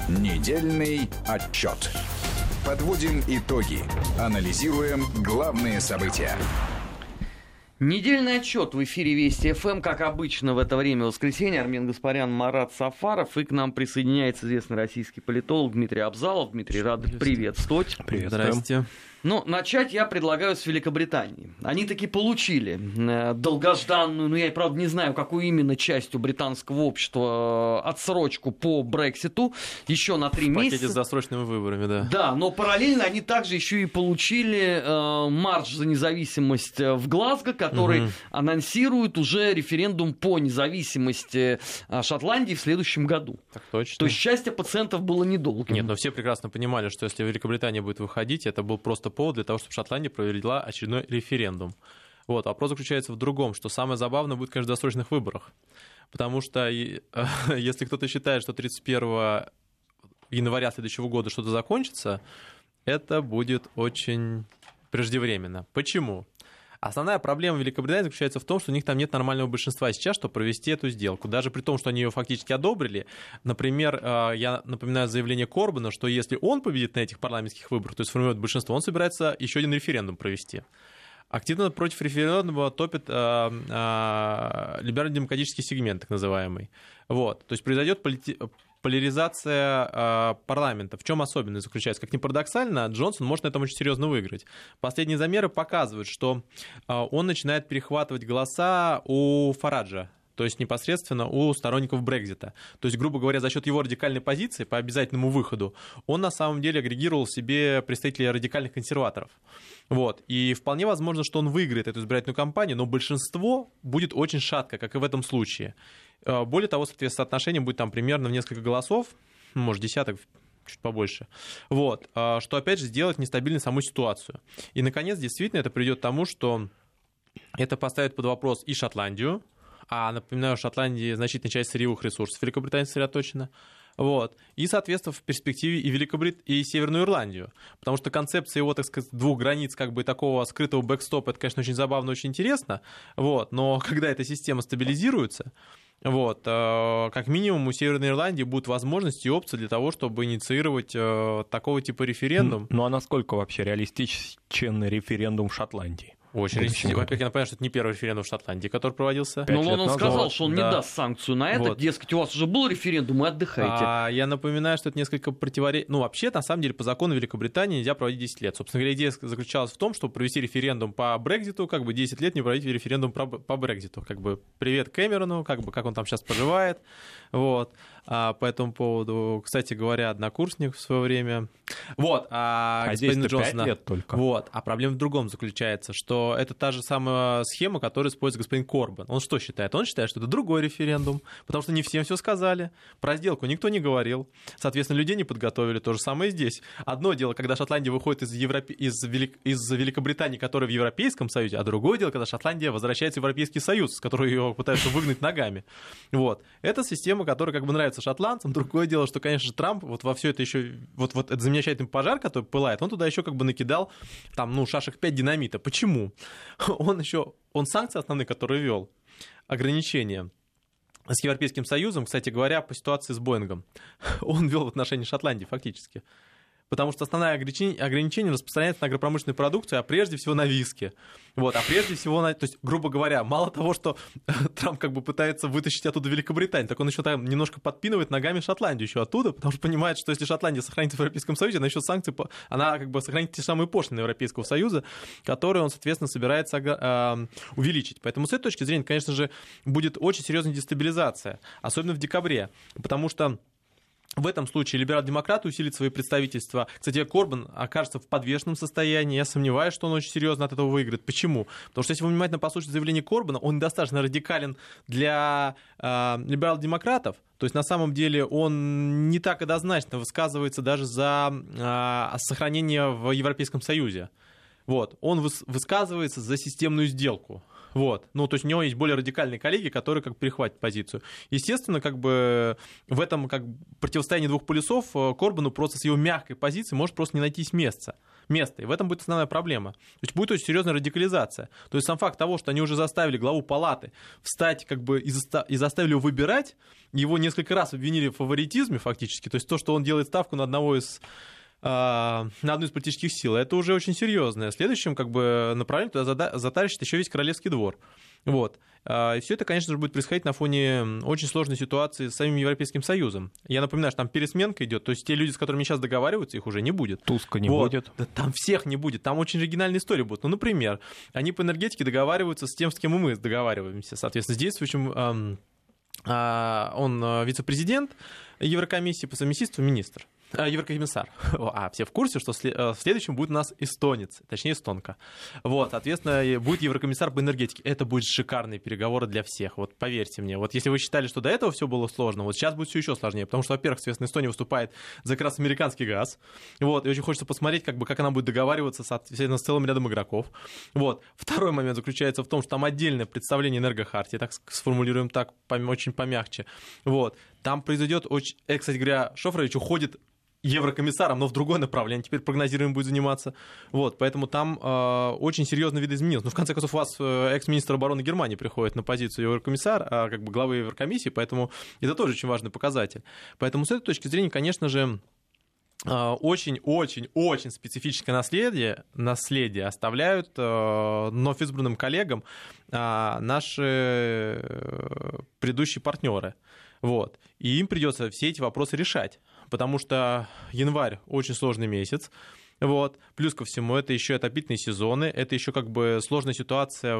Недельный отчет. Подводим итоги. Анализируем главные события. Недельный отчет в эфире Вести ФМ, как обычно в это время воскресенья. Армен Гаспарян, Марат Сафаров. И к нам присоединяется известный российский политолог Дмитрий Абзалов. Дмитрий, рад приветствовать. Привет. Здрасте. Ну, начать я предлагаю с Великобритании. Они таки получили долгожданную, я, правда, не знаю, какую именно частью британского общества, отсрочку по Брекситу еще на 3 месяца. В пакете с досрочными выборами, да. Да, но параллельно они также еще и получили марш за независимость в Глазго, который анонсирует уже референдум по независимости Шотландии в следующем году. Так точно. То есть счастье пациентов было недолгим. Нет, но все прекрасно понимали, что если Великобритания будет выходить, это был просто повод для того, чтобы Шотландия провела очередной референдум. Вот. Вопрос заключается в другом, что самое забавное будет, конечно, в досрочных выборах. Потому что если кто-то считает, что 31 января следующего года что-то закончится, это будет очень преждевременно. Почему? Основная проблема Великобритании заключается в том, что у них там нет нормального большинства сейчас, чтобы провести эту сделку. Даже при том, что они ее фактически одобрили. Например, я напоминаю заявление Корбина, что если он победит на этих парламентских выборах, то есть сформирует большинство, он собирается еще один референдум провести. Активно против референдума топит либерально-демократический сегмент, так называемый. Вот. То есть произойдет поляризация парламента. В чем особенность заключается? Как ни парадоксально, Джонсон может на этом очень серьезно выиграть. Последние замеры показывают, что он начинает перехватывать голоса у Фараджа, то есть непосредственно у сторонников Брексита. То есть, грубо говоря, за счет его радикальной позиции по обязательному выходу он на самом деле агрегировал себе представителей радикальных консерваторов. Вот. И вполне возможно, что он выиграет эту избирательную кампанию, но большинство будет очень шатко, как и в этом случае. Более того, соответственно, соотношение будет там примерно в несколько голосов, может, десяток, чуть побольше. Вот. Что, опять же, сделает нестабильной саму ситуацию. И, наконец, действительно, это приведет к тому, что это поставит под вопрос и Шотландию, а, напоминаю, в Шотландии значительная часть сырьевых ресурсов Великобритании сосредоточена. Вот. И, соответственно, в перспективе и и Северную Ирландию. Потому что концепция его, так сказать, двух границ, как бы такого скрытого бэкстопа, это, конечно, очень забавно, очень интересно. Вот. Но когда эта система стабилизируется, вот, как минимум у Северной Ирландии будут возможности и опции для того, чтобы инициировать такого типа референдум. Ну а насколько вообще реалистичен референдум в Шотландии? Очень реалистично. Во-первых, я напоминаю, что это не первый референдум в Шотландии, который проводился. Но он сказал, что он не даст санкцию на это. Вот. Дескать, у вас уже был референдум, и отдыхайте. Я напоминаю, что это несколько противоречий. Ну, вообще, на самом деле, по закону Великобритании нельзя проводить 10 лет. Собственно говоря, идея заключалась в том, чтобы провести референдум по Брекситу, как бы 10 лет не проводить референдум по Брекситу. Как бы привет Кэмерону, как бы как он там сейчас поживает. Вот. По этому поводу, кстати говоря, однокурсник в свое время. Вот. Здесь-то 5 лет только. Вот. А проблема в другом заключается, что это та же самая схема, которую использует господин Корбин. Он что считает? Он считает, что это другой референдум, потому что не всем все сказали. Про сделку никто не говорил. Соответственно, людей не подготовили. То же самое и здесь. Одно дело, когда Шотландия выходит из Великобритании, которая в Европейском Союзе, а другое дело, когда Шотландия возвращается в Европейский Союз, с которого ее пытаются выгнать ногами. Вот. Это система, которая как бы нравится шотландцам. Другое дело, что, конечно же, Трамп вот во все это еще... Вот этот замечательный пожар, который пылает, он туда еще как бы накидал там, шашек 5 динамита. Почему? Он санкции основные, которые ввел, ограничения с Европейским Союзом, кстати говоря, по ситуации с Боингом, он ввел в отношении Шотландии фактически. Потому что основное ограничение распространяется на агропромышленную продукцию, а прежде всего на виски. Вот, а прежде всего, то есть, грубо говоря, мало того, что Трамп как бы пытается вытащить оттуда Великобританию, так он еще там немножко подпинывает ногами Шотландию еще оттуда, потому что понимает, что если Шотландия сохранится в Европейском Союзе, она еще санкции, она как бы сохранит те самые пошлины Европейского Союза, которые он, соответственно, собирается увеличить. Поэтому с этой точки зрения, конечно же, будет очень серьезная дестабилизация, особенно в декабре, потому что в этом случае либерал-демократы усилят свои представительства. Кстати, Корбин окажется в подвешенном состоянии. Я сомневаюсь, что он очень серьезно от этого выиграет. Почему? Потому что если вы внимательно послушаете заявление Корбина, он недостаточно радикален для либерал-демократов. То есть на самом деле он не так однозначно высказывается даже за сохранение в Европейском Союзе. Вот. Он высказывается за системную сделку. Вот. Ну, то есть у него есть более радикальные коллеги, которые как бы перехватят позицию. Естественно, как бы в этом как бы противостоянии двух полюсов Корбину просто с его мягкой позиции может просто не найтись места. место. И в этом будет основная проблема. То есть будет очень серьезная радикализация. То есть сам факт того, что они уже заставили главу палаты встать как бы и заставили его выбирать, его несколько раз обвинили в фаворитизме фактически. То есть то, что он делает ставку на одну из политических сил, это уже очень серьезно. Следующим как бы направлением туда затащит еще весь королевский двор. Вот. И все это, конечно же, будет происходить на фоне очень сложной ситуации с самим Европейским Союзом. Я напоминаю, что там пересменка идет, то есть те люди, с которыми сейчас договариваются, их уже не будет. Туска не будет. Да, там всех не будет, там очень оригинальные истории будут. Ну, например, они по энергетике договариваются с тем, с кем и мы договариваемся. Соответственно, с действующим он вице-президент Еврокомиссии, по совместительству министр. Еврокомиссар. А все в курсе, что в следующем будет у нас эстонец, точнее эстонка. Вот, соответственно, будет еврокомиссар по энергетике. Это будут шикарные переговоры для всех. Вот поверьте мне. Вот если вы считали, что до этого все было сложно, вот сейчас будет все еще сложнее. Потому что, во-первых, соответственно, Эстония выступает за как раз американский газ. Вот, и очень хочется посмотреть, как она будет договариваться соответственно, с целым рядом игроков. Вот. Второй момент заключается в том, что там отдельное представление энергохартии, так сформулируем так, очень помягче. Вот. Там произойдет очень... Кстати говоря, Шофрович уходит еврокомиссаром, но в другое направление теперь прогнозируем будет заниматься. Вот, поэтому там очень серьезно видоизменилось. Ну, в конце концов, у вас экс-министр обороны Германии приходит на позицию еврокомиссара, как бы главы Еврокомиссии, поэтому это тоже очень важный показатель. Поэтому с этой точки зрения, конечно же, очень-очень-очень специфическое наследие оставляют вновь избранным коллегам наши предыдущие партнеры. Вот. И им придется все эти вопросы решать, потому что январь очень сложный месяц. Вот. Плюс ко всему, это еще отопительные сезоны, это еще как бы сложная ситуация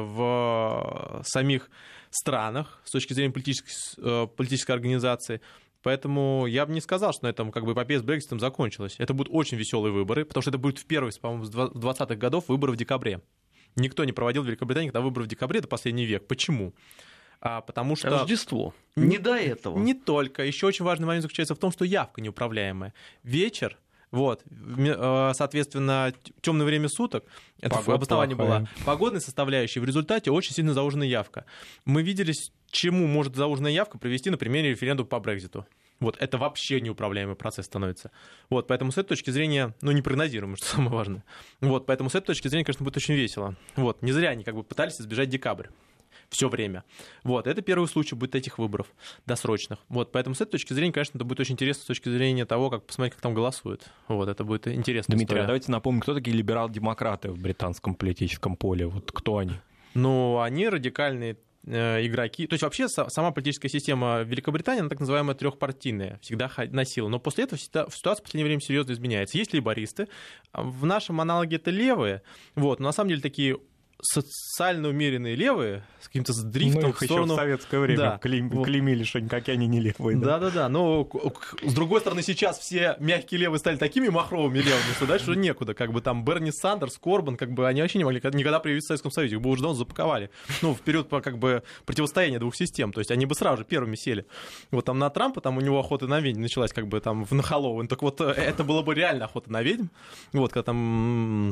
в самих странах с точки зрения политической организации. Поэтому я бы не сказал, что на этом как бы эпопея с Брекситом закончилась. Это будут очень веселые выборы, потому что это будет впервые, по-моему, с 20-х годов выборы в декабре. Никто не проводил в Великобритании когда выборы в декабре, это последний век. Почему? Потому что... Рождество. Не до этого. Не только. Еще очень важный момент заключается в том, что явка неуправляемая. Вечер, вот, соответственно, темное время суток, это обоснование было погодной составляющей, в результате очень сильно зауженная явка. Мы видели, чему может зауженная явка привести на примере референдума по Брекситу. Вот, это вообще неуправляемый процесс становится. Вот, поэтому с этой точки зрения, непрогнозируемо, что самое важное. Вот, поэтому с этой точки зрения, конечно, будет очень весело. Вот, не зря они как бы пытались избежать декабрь. Все время. Вот, это первый случай будет этих выборов досрочных. Вот, поэтому с этой точки зрения, конечно, это будет очень интересно с точки зрения того, как посмотреть, как там голосуют. Вот, это будет интересно. Дмитрий, давайте напомним, кто такие либерал-демократы в британском политическом поле? Вот кто они? Они радикальные игроки. То есть вообще сама политическая система Великобритании, она так называемая трехпартийная, всегда носила. Но после этого ситуация в последнее время серьезно изменяется. Есть лейбористы, в нашем аналоге это левые, вот, но на самом деле такие социально умеренные левые с каким-то дрифтом в сторону... еще в советское время клеймили, что никакие они не левые. Да. Но с другой стороны, сейчас все мягкие левые стали такими махровыми левыми, что дальше уже некуда. Как бы там Берни Сандерс, Корбан, как бы они вообще не могли никогда проявиться в Советском Союзе. Их бы уже давно запаковали. В период как бы противостояния двух систем. То есть они бы сразу же первыми сели. Вот там на Трампа, там у него охота на ведьм началась как бы там на Хэллоуин. Так вот, это было бы реально охота на ведьм. Вот, когда там...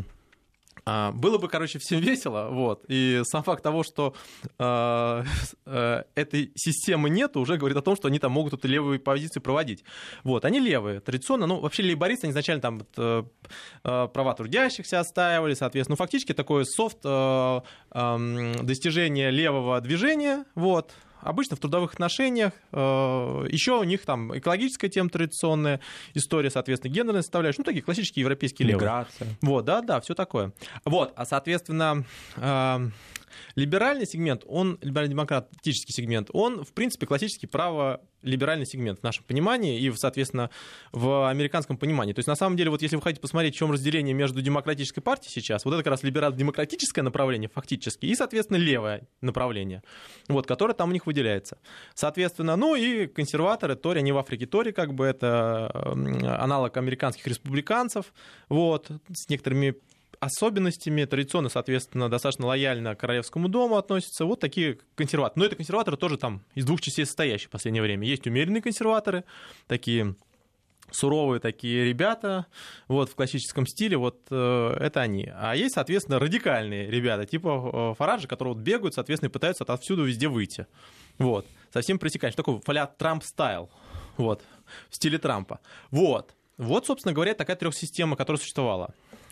Было бы, всем весело, вот, и сам факт того, что этой системы нет, уже говорит о том, что они там могут эту левую позицию проводить. Вот, они левые, традиционно, вообще лейбористы, они изначально там права трудящихся отстаивали, соответственно, фактически такое софт достижение левого движения, вот. Обычно в трудовых отношениях, еще у них там экологическая тема традиционная, история, соответственно, гендерная составляющая, такие классические европейские левые. Миграция. Вот, да, все такое. Вот, соответственно, либеральный сегмент, либерально-демократический сегмент, он, в принципе, классический право-либеральный сегмент в нашем понимании и, соответственно, в американском понимании. То есть, на самом деле, вот если вы хотите посмотреть, в чем разделение между демократической партией сейчас, вот это как раз либерально-демократическое направление фактически и, соответственно, левое направление, вот, которое там у них выделяется. Соответственно, и консерваторы, Тори, они в Африке Тори, как бы это аналог американских республиканцев, вот, с некоторыми особенностями, традиционно, соответственно, достаточно лояльно к Королевскому дому относятся, вот такие консерваторы. Но это консерваторы тоже там из двух частей состоящие в последнее время. Есть умеренные консерваторы, такие суровые такие ребята, вот, в классическом стиле, вот это они. А есть, соответственно, радикальные ребята, типа Фараджа, которые вот бегают, соответственно, и пытаются отовсюду везде выйти. Вот, совсем пресекаешь. Такой Трамп-стайл, вот, в стиле Трампа. Вот, собственно говоря, такая трехсистема, которая существовала.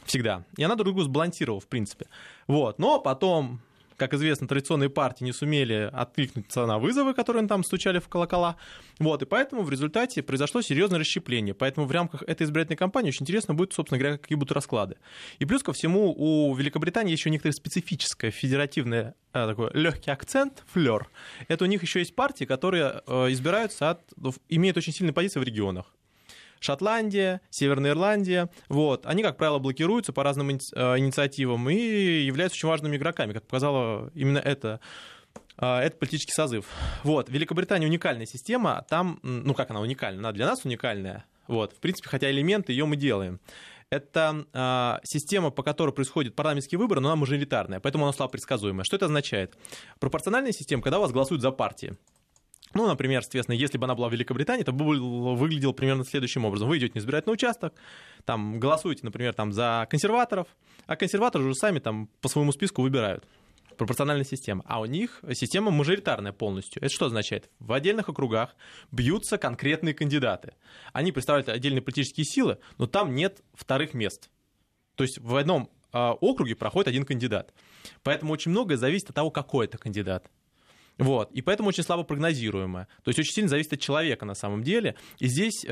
Всегда. И она друг друга сбалансировала, в принципе. Вот. Но потом, как известно, традиционные партии не сумели откликнуться на вызовы, которые они там стучали в колокола. Вот. И поэтому в результате произошло серьезное расщепление. Поэтому в рамках этой избирательной кампании очень интересно будет, собственно говоря, какие будут расклады. И плюс ко всему у Великобритании еще некоторое специфическое федеративное такой легкий акцент, флер. Это у них еще есть партии, которые избираются имеют очень сильные позиции в регионах. Шотландия, Северная Ирландия, вот, они, как правило, блокируются по разным инициативам и являются очень важными игроками, как показала именно этот политический созыв. Вот, Великобритания уникальная система, там, ну как она уникальна, она для нас уникальная, вот, в принципе, хотя элементы ее мы делаем. Это система, по которой происходят парламентские выборы, но она мажоритарная, поэтому она слабо предсказуемая. Что это означает? Пропорциональная система, когда у вас голосуют за партии. Ну, например, соответственно, если бы она была в Великобритании, то бы выглядело примерно следующим образом. Вы идете на избирательный участок, там, голосуете, например, там, за консерваторов, а консерваторы уже сами там, по своему списку выбирают. Пропорциональная система. А у них система мажоритарная полностью. Это что означает? В отдельных округах бьются конкретные кандидаты. Они представляют отдельные политические силы, но там нет вторых мест. То есть в одном округе проходит один кандидат. Поэтому очень многое зависит от того, какой это кандидат. Вот. И поэтому очень слабо прогнозируемо. То есть очень сильно зависит от человека на самом деле. И здесь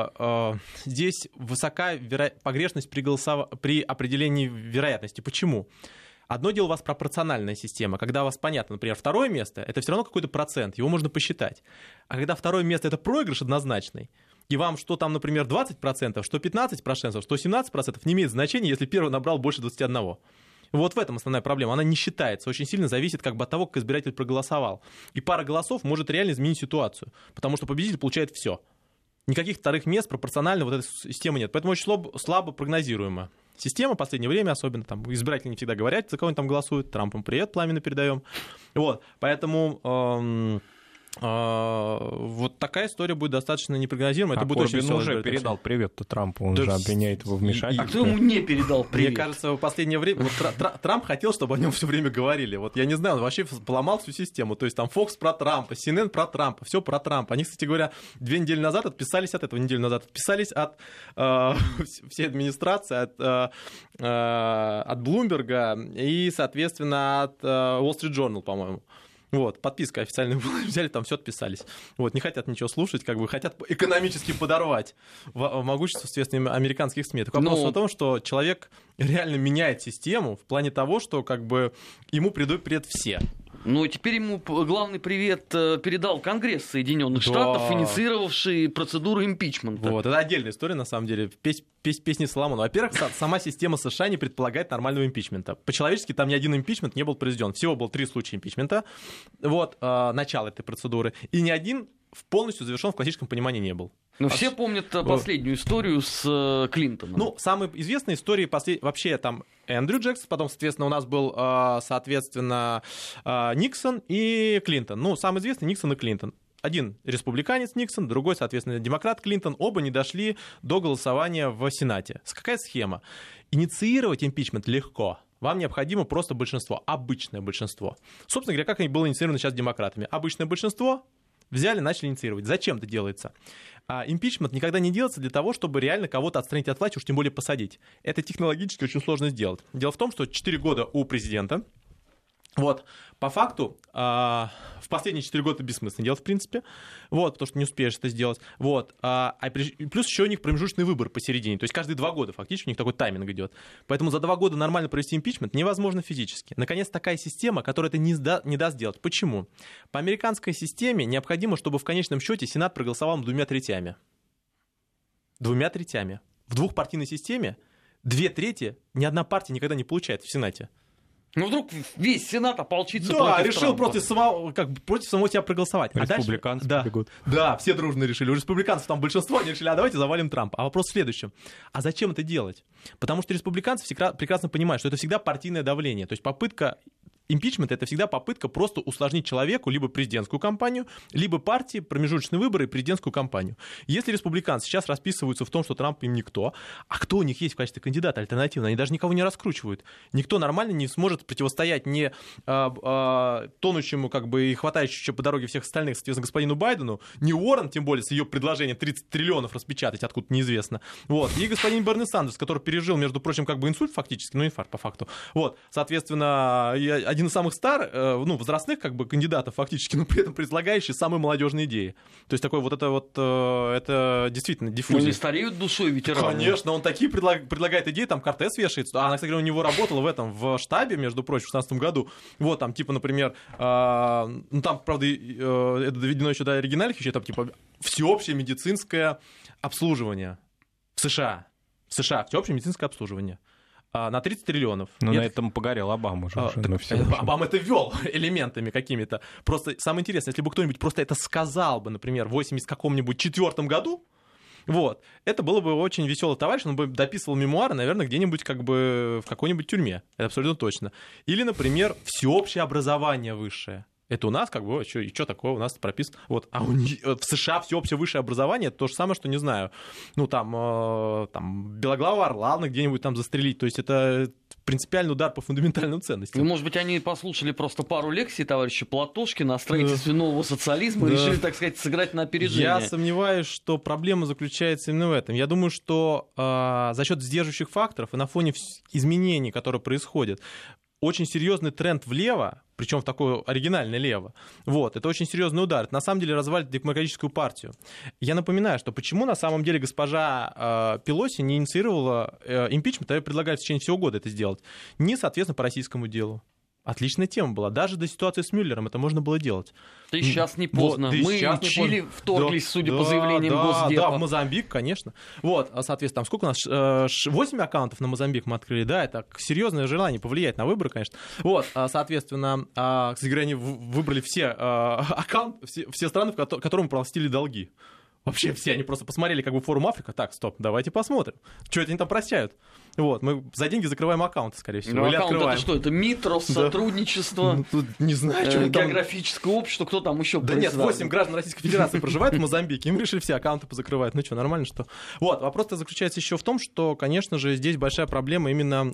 высока погрешность при определении вероятности. Почему? Одно дело у вас пропорциональная система, когда у вас понятно, например, второе место, это все равно какой-то процент, его можно посчитать. А когда второе место это проигрыш однозначный, и вам что там, например, 20%, что 15%, что 17% не имеет значения, если первый набрал больше 21%. Вот в этом основная проблема. Она не считается. Очень сильно зависит как бы от того, как избиратель проголосовал. И пара голосов может реально изменить ситуацию. Потому что победитель получает все. Никаких вторых мест пропорционально вот этой системы нет. Поэтому очень слабо прогнозируема система. В последнее время особенно там избиратели не всегда говорят, за кого они там голосуют. Трампом привет пламенно передаем. Вот. Поэтому... вот такая история будет достаточно непрогнозируемая. Это будет очень весело. Уже передал привет-то Трампу, он же обвиняет его в вмешательстве. А кто ему не передал привет? Мне кажется, в последнее время Трамп хотел, чтобы о нем все время говорили. Вот я не знаю, он вообще поломал всю систему. То есть там Fox про Трампа, CNN про Трампа, все про Трампа. Они, кстати говоря, 2 недели назад отписались от этого, неделю назад отписались от всей администрации, от Блумберга и, соответственно, от Wall Street Journal, по-моему. Вот, подписка официальная была, взяли, там все отписались. Вот, не хотят ничего слушать, как бы хотят экономически подорвать могущество, соответственно, американских СМИ. Так вопрос в том, что человек реально меняет систему в плане того, что как бы ему придут привет все. Ну, теперь ему главный привет передал Конгресс Соединенных Штатов, инициировавший процедуру импичмента. Вот, это отдельная история, на самом деле. Песни Соломона. Во-первых, сама система США не предполагает нормального импичмента. По-человечески там ни один импичмент не был произведен. Всего было 3 случая импичмента. Вот, начало этой процедуры. И ни один полностью завершен в классическом понимании не был. Но все помнят последнюю историю с Клинтоном. Ну, самые известные истории вообще там Эндрю Джексон, потом, соответственно, у нас был, соответственно, Никсон и Клинтон. Ну, самый известный Никсон и Клинтон. Один республиканец Никсон, другой, соответственно, демократ Клинтон. Оба не дошли до голосования в Сенате. Какая схема? Инициировать импичмент легко. Вам необходимо просто большинство, обычное большинство. Собственно говоря, как было инициировано сейчас демократами. Обычное большинство взяли, начали инициировать. Зачем это делается? Импичмент никогда не делается для того, чтобы реально кого-то отстранить от власти, уж тем более посадить. Это технологически очень сложно сделать. Дело в том, что 4 года у президента. Вот, по факту, в последние 4 года это бессмысленно делать, в принципе, вот, потому что не успеешь это сделать, вот, плюс еще у них промежуточный выбор посередине, то есть каждые 2 года фактически у них такой тайминг идет, поэтому за 2 года нормально провести импичмент невозможно физически. Наконец, такая система, которая это не даст делать. Почему? По американской системе необходимо, чтобы в конечном счете Сенат проголосовал 2/3. 2/3. В двухпартийной системе 2/3 ни одна партия никогда не получает в Сенате. Ну, вдруг весь Сенат ополчится против Трампа. Да, решил против самого себя проголосовать. Республиканцы бегут. Да, все дружно решили. У республиканцев там большинство, они решили, давайте завалим Трампа. А вопрос в следующем. А зачем это делать? Потому что республиканцы прекрасно понимают, что это всегда партийное давление. То есть попытка импичмент — это всегда попытка просто усложнить человеку либо президентскую кампанию, либо партии, промежуточные выборы и президентскую кампанию. Если республиканцы сейчас расписываются в том, что Трамп им никто, а кто у них есть в качестве кандидата альтернативно, они даже никого не раскручивают. Никто нормально не сможет противостоять не тонущему как бы и хватающему по дороге всех остальных, соответственно, господину Байдену, не Уоррен, тем более с ее предложением 30 триллионов распечатать, откуда неизвестно. Вот. И господин Берни Сандерс, который пережил, между прочим, как бы инсульт фактически, но инфаркт по факту. Вот. Соответственно, один из самых возрастных как бы кандидатов фактически, но при этом предлагающий самые молодежные идеи. То есть такой это действительно диффузия. Ну, не стареют душой ветераны. Конечно, он такие предлагает идеи, там Кортес вешается. Она, кстати, у него работала в штабе, между прочим, в 2016 году. Вот там, типа, например, там, правда, это доведено еще до оригинальных вещей, там, типа, всеобщее медицинское обслуживание в США. Всеобщее медицинское обслуживание. На 30 триллионов. Но на этом погорел Обама уже. Обама это ввел элементами какими-то. Просто самое интересное, если бы кто-нибудь просто это сказал бы, например, в 84 году, вот, это было бы очень веселый товарищ, он бы дописывал мемуары, наверное, где-нибудь как бы в какой-нибудь тюрьме. Это абсолютно точно. Или, например, всеобщее образование высшее. Это у нас как бы, что такое у нас прописано. Вот. А в США всеобщее высшее образование — это то же самое, что, не знаю, ну там белоглавого орла где-нибудь там застрелить. То есть это принципиальный удар по фундаментальным ценностям. И, может быть, они послушали просто пару лекций товарища Платошкина о строительстве нового социализма и решили, так сказать, сыграть на опережение. Я сомневаюсь, что проблема заключается именно в этом. Я думаю, что за счет сдерживающих факторов и на фоне изменений, которые происходят, очень серьезный тренд влево, причем в такое оригинальное лево. Вот, это очень серьезный удар. Это на самом деле развалит демократическую партию. Я напоминаю, что почему на самом деле госпожа Пелоси не инициировала импичмент, а ей предлагали в течение всего года это сделать. Не, соответственно, по российскому делу. Отличная тема была. Даже до ситуации с Мюллером это можно было делать. Ты сейчас не поздно. Вот, мы в Чили вторглись, судя по заявлениям Госдепа. Да, в Мозамбик, конечно. Вот, соответственно, там сколько у нас? 8 аккаунтов на Мозамбик мы открыли. Да, это серьезное желание повлиять на выборы, конечно. Вот, соответственно, кстати говоря, они выбрали все аккаунты, все страны, которым мы простили долги. Вообще все, они просто посмотрели как бы форум Африка. Так, стоп, давайте посмотрим, что это они там прощают. Вот, мы за деньги закрываем аккаунты, скорее всего. Ну, или аккаунт открываем. Это что? Это МИД, Россотрудничество, ну, тут не знаю, что географическое общество, кто там еще? Да нет, 8 граждан Российской Федерации проживают в Мозамбике, им решили все аккаунты позакрывать. Ну что, нормально, что? Вот, вопрос-то заключается еще в том, что, конечно же, здесь большая проблема именно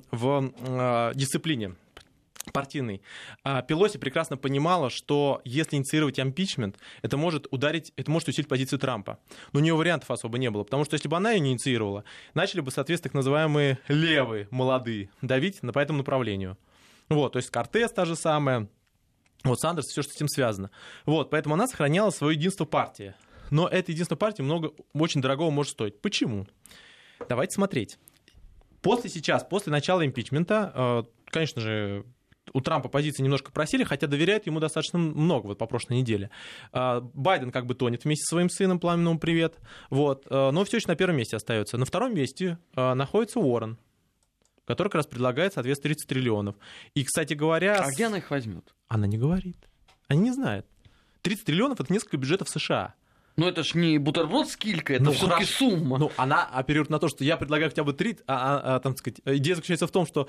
в дисциплине партийной. Пелоси прекрасно понимала, что если инициировать импичмент, это может усилить позицию Трампа. Но у нее вариантов особо не было, потому что если бы она ее не инициировала, начали бы, соответственно, так называемые левые, молодые, давить по этому направлению. Вот, то есть Кортес та же самая, вот Сандерс, все, что с этим связано. Вот, поэтому она сохраняла свое единство партии. Но это единство партии очень дорогого может стоить. Почему? Давайте смотреть. После начала импичмента, конечно же, у Трампа позиции немножко просели, хотя доверяют ему достаточно много, вот по прошлой неделе. Байден как бы тонет вместе со своим сыном, пламенному привет, вот, но все еще на первом месте остается. На втором месте находится Уоррен, который как раз предлагает, соответственно, 30 триллионов. И, кстати говоря... А где она их возьмет? Она не говорит. Они не знают. 30 триллионов — это несколько бюджетов США. Ну, это ж не бутерброд с килькой, это все-таки сумма. Ну, она оперирует на то, что я предлагаю хотя бы 30, там, сказать, идея заключается в том, что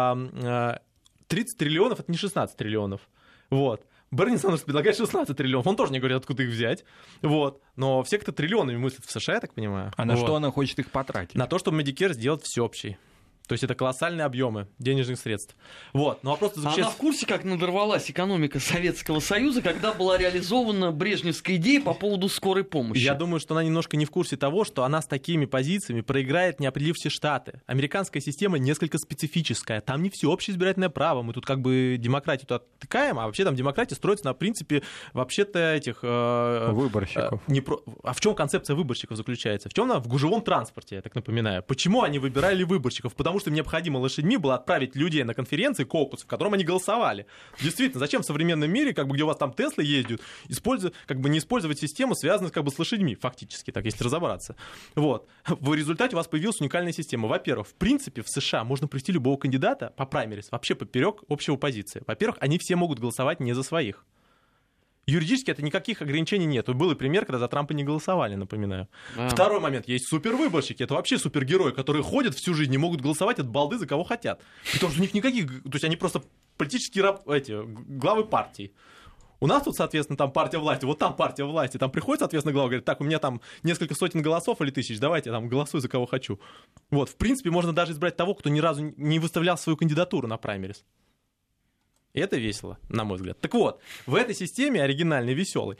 30 триллионов — это не 16 триллионов. Вот. Берни Сандерс предлагает 16 триллионов. Он тоже не говорит, откуда их взять. Вот. Но все как-то триллионами мыслят в США, я так понимаю. А на что она хочет их потратить? На то, чтобы Medicare сделать всеобщий. То есть это колоссальные объемы денежных средств. Вот. Но вопрос заключается... Она в курсе, как надорвалась экономика Советского Союза, когда была реализована брежневская идея по поводу скорой помощи? Я думаю, что она немножко не в курсе того, что она с такими позициями проиграет неопределившиеся штаты. Американская система несколько специфическая. Там не всеобщее избирательное право. Мы тут как бы демократию оттыкаем, а вообще там демократия строится на принципе вообще-то этих... выборщиков. А в чем концепция выборщиков заключается? В чем она? В гужевом транспорте, я так напоминаю. Почему они выбирали выборщиков? Потому что необходимо лошадьми было отправить людей на конференции, кокус, в котором они голосовали. Действительно, зачем в современном мире, как бы, где у вас там Теслы ездят, не использовать систему, связанную как бы с лошадьми, фактически, так если разобраться. Вот. В результате у вас появилась уникальная система. Во-первых, в принципе, в США можно привести любого кандидата по праймерис, вообще поперек общего позиции. Во-первых, они все могут голосовать не за своих. Юридически это никаких ограничений нет. Был и пример, когда за Трампа не голосовали, напоминаю. Второй момент. Есть супервыборщики. Это вообще супергерои, которые ходят всю жизнь и могут голосовать от балды за кого хотят. Потому что у них никаких... То есть они просто политические главы партий. У нас тут, соответственно, там партия власти, вот там партия власти, там приходит, соответственно, глава, говорит, так, у меня там несколько сотен голосов или тысяч, давайте я там голосую за кого хочу. Вот, в принципе, можно даже избрать того, кто ни разу не выставлял свою кандидатуру на праймерис. И это весело, на мой взгляд. Так вот, в этой системе, оригинальной, веселой,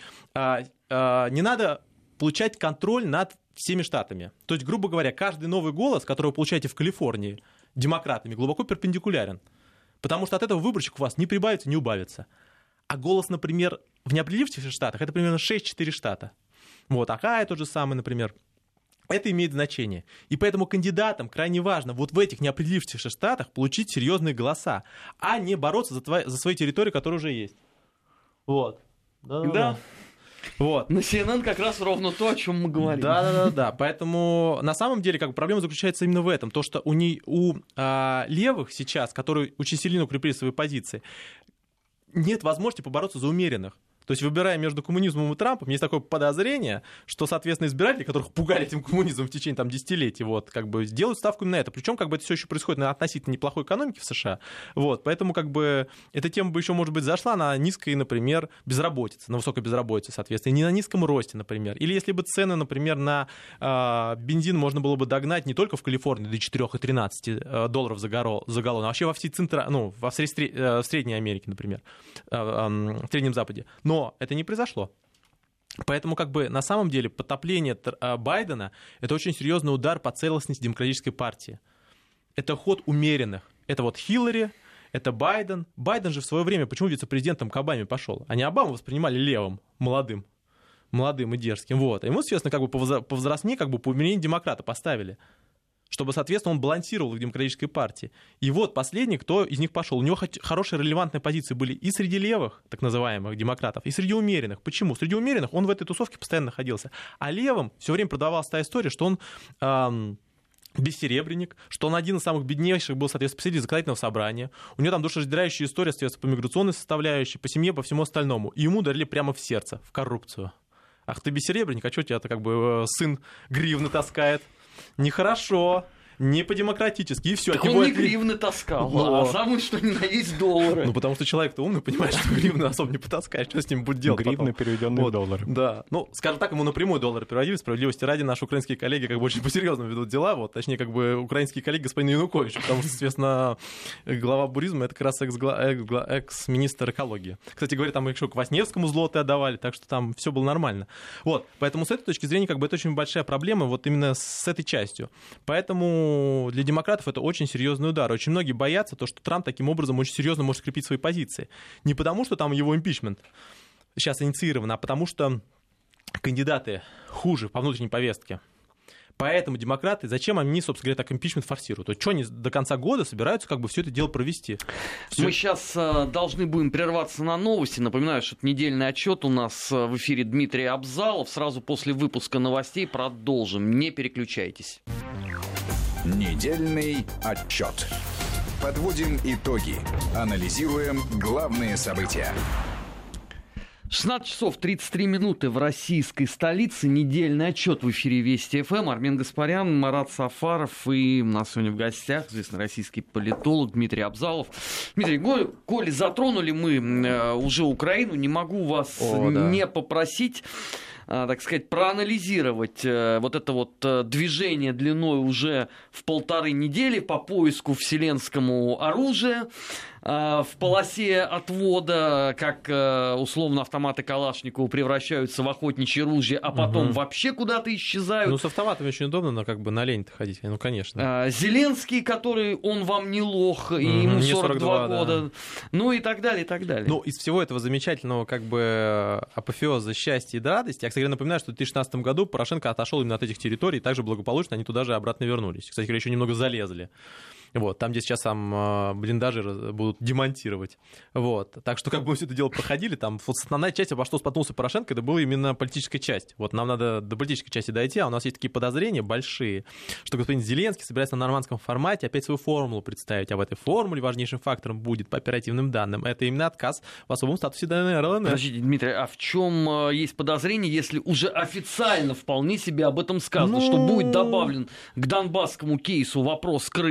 не надо получать контроль над всеми штатами. То есть, грубо говоря, каждый новый голос, который вы получаете в Калифорнии демократами, глубоко перпендикулярен. Потому что от этого выборщик у вас не прибавится, не убавится. А голос, например, в неопределившихся штатах, это примерно 6-4 штата. Вот, Ohio тот же самый, например. Это имеет значение. И поэтому кандидатам крайне важно вот в этих неопределившихся штатах получить серьезные голоса, а не бороться за свои территории, которые уже есть. Вот. Да. Вот. На CNN как раз ровно то, о чем мы говорим. Да. Поэтому на самом деле проблема заключается именно в этом. То, что у левых сейчас, которые очень сильно укрепили свои позиции, нет возможности побороться за умеренных. То есть, выбирая между коммунизмом и Трампом, есть такое подозрение, что, соответственно, избиратели, которых пугали этим коммунизмом в течение десятилетий, делают ставку именно на это. Причем, это все еще происходит на относительно неплохой экономике в США. Поэтому, эта тема бы еще, может быть, зашла на низкой, например, безработице, на высокой безработице, соответственно, и не на низком росте, например. Или если бы цены, например, на бензин можно было бы догнать не только в Калифорнии до 4 и 13 долларов за галлон, а вообще во всей в Средней Америке, например, в Среднем Западе. Но это не произошло. Поэтому на самом деле потопление Байдена — это очень серьезный удар по целостности демократической партии. Это ход умеренных. Это Хиллари, это Байден. Байден же в свое время почему вице-президентом к Обаме пошел? Они Обаму воспринимали левым, молодым и дерзким. Ему, соответственно, повзрослее, по умерению демократа поставили, чтобы, соответственно, он балансировал в демократической партии. И последний, кто из них пошел. У него хорошие релевантные позиции были и среди левых, так называемых, демократов, и среди умеренных. Почему? Среди умеренных он в этой тусовке постоянно находился. А левым все время продавалась та история, что он бессеребренник, что он один из самых беднейших был, соответственно, председатель законодательного собрания. У него там душераздирающая история, соответственно, по миграционной составляющей, по семье, по всему остальному. И ему дарили прямо в сердце, в коррупцию. Ах ты бессеребренник, а что тебя-то сын гривны таскает? Нехорошо, не по-демократически, и все. Так он не гривны таскал, а самое что ни на есть доллары. Потому что человек-то умный, понимает, что гривны особо не потаскаешь, что с ним будет делать гривны, переведенные в доллары. Да, скажем так, ему напрямую доллары переводили, справедливости ради, наши украинские коллеги очень по-серьезному ведут дела, точнее, украинские коллеги господин Янукович, потому что, соответственно, глава буризма — это как раз экс-министр экологии. Кстати говоря, там еще Квасневскому злоты отдавали, так что там все было нормально. Поэтому с этой точки зрения, это очень большая проблема, именно с этой частью. Поэтому для демократов это очень серьезный удар. Очень многие боятся, что Трамп таким образом очень серьезно может скрепить свои позиции. Не потому, что там его импичмент сейчас инициирован, а потому что кандидаты хуже по внутренней повестке. Поэтому демократы, зачем они, собственно говоря, так импичмент форсируют? Что они до конца года собираются все это дело провести? Мы сейчас должны будем прерваться на новости. Напоминаю, что это недельный отчет. У нас в эфире Дмитрий Абзалов. Сразу после выпуска новостей продолжим. Не переключайтесь. Недельный отчет. Подводим итоги. Анализируем главные события. 16 часов 33 минуты в российской столице. Недельный отчет в эфире Вести ФМ. Армен Гаспарян, Марат Сафаров. И у нас сегодня в гостях известный российский политолог Дмитрий Абзалов. Дмитрий, коли затронули мы уже Украину, не могу вас не попросить, так сказать, проанализировать это движение длиной уже в 1,5 недели по поиску вселенскому оружия в полосе отвода, как условно автоматы Калашникова превращаются в охотничье ружье, а потом вообще куда-то исчезают. С автоматами очень удобно, но на лень-то ходить, конечно. Зеленский, который он вам не лох, и ему 42 года, да. И так далее, и так далее. Из всего этого замечательного апофеоза счастья и радости, я, кстати, напоминаю, что в 2016 году Порошенко отошел именно от этих территорий, и также благополучно они туда же обратно вернулись. Кстати говоря, еще немного залезли. Там, где сейчас блиндажи будут демонтировать. Так что, мы все это дело проходили, там основная часть, во что споткнулся Порошенко, это была именно политическая часть. Нам надо до политической части дойти, а у нас есть такие подозрения большие, что господин Зеленский собирается на нормандском формате опять свою формулу представить, а в этой формуле важнейшим фактором будет, по оперативным данным, это именно отказ в особом статусе ДНР, ЛНР. Подождите, Дмитрий, а в чем есть подозрение, если уже официально вполне себе об этом сказано, что будет добавлен к донбасскому кейсу вопрос Крыма,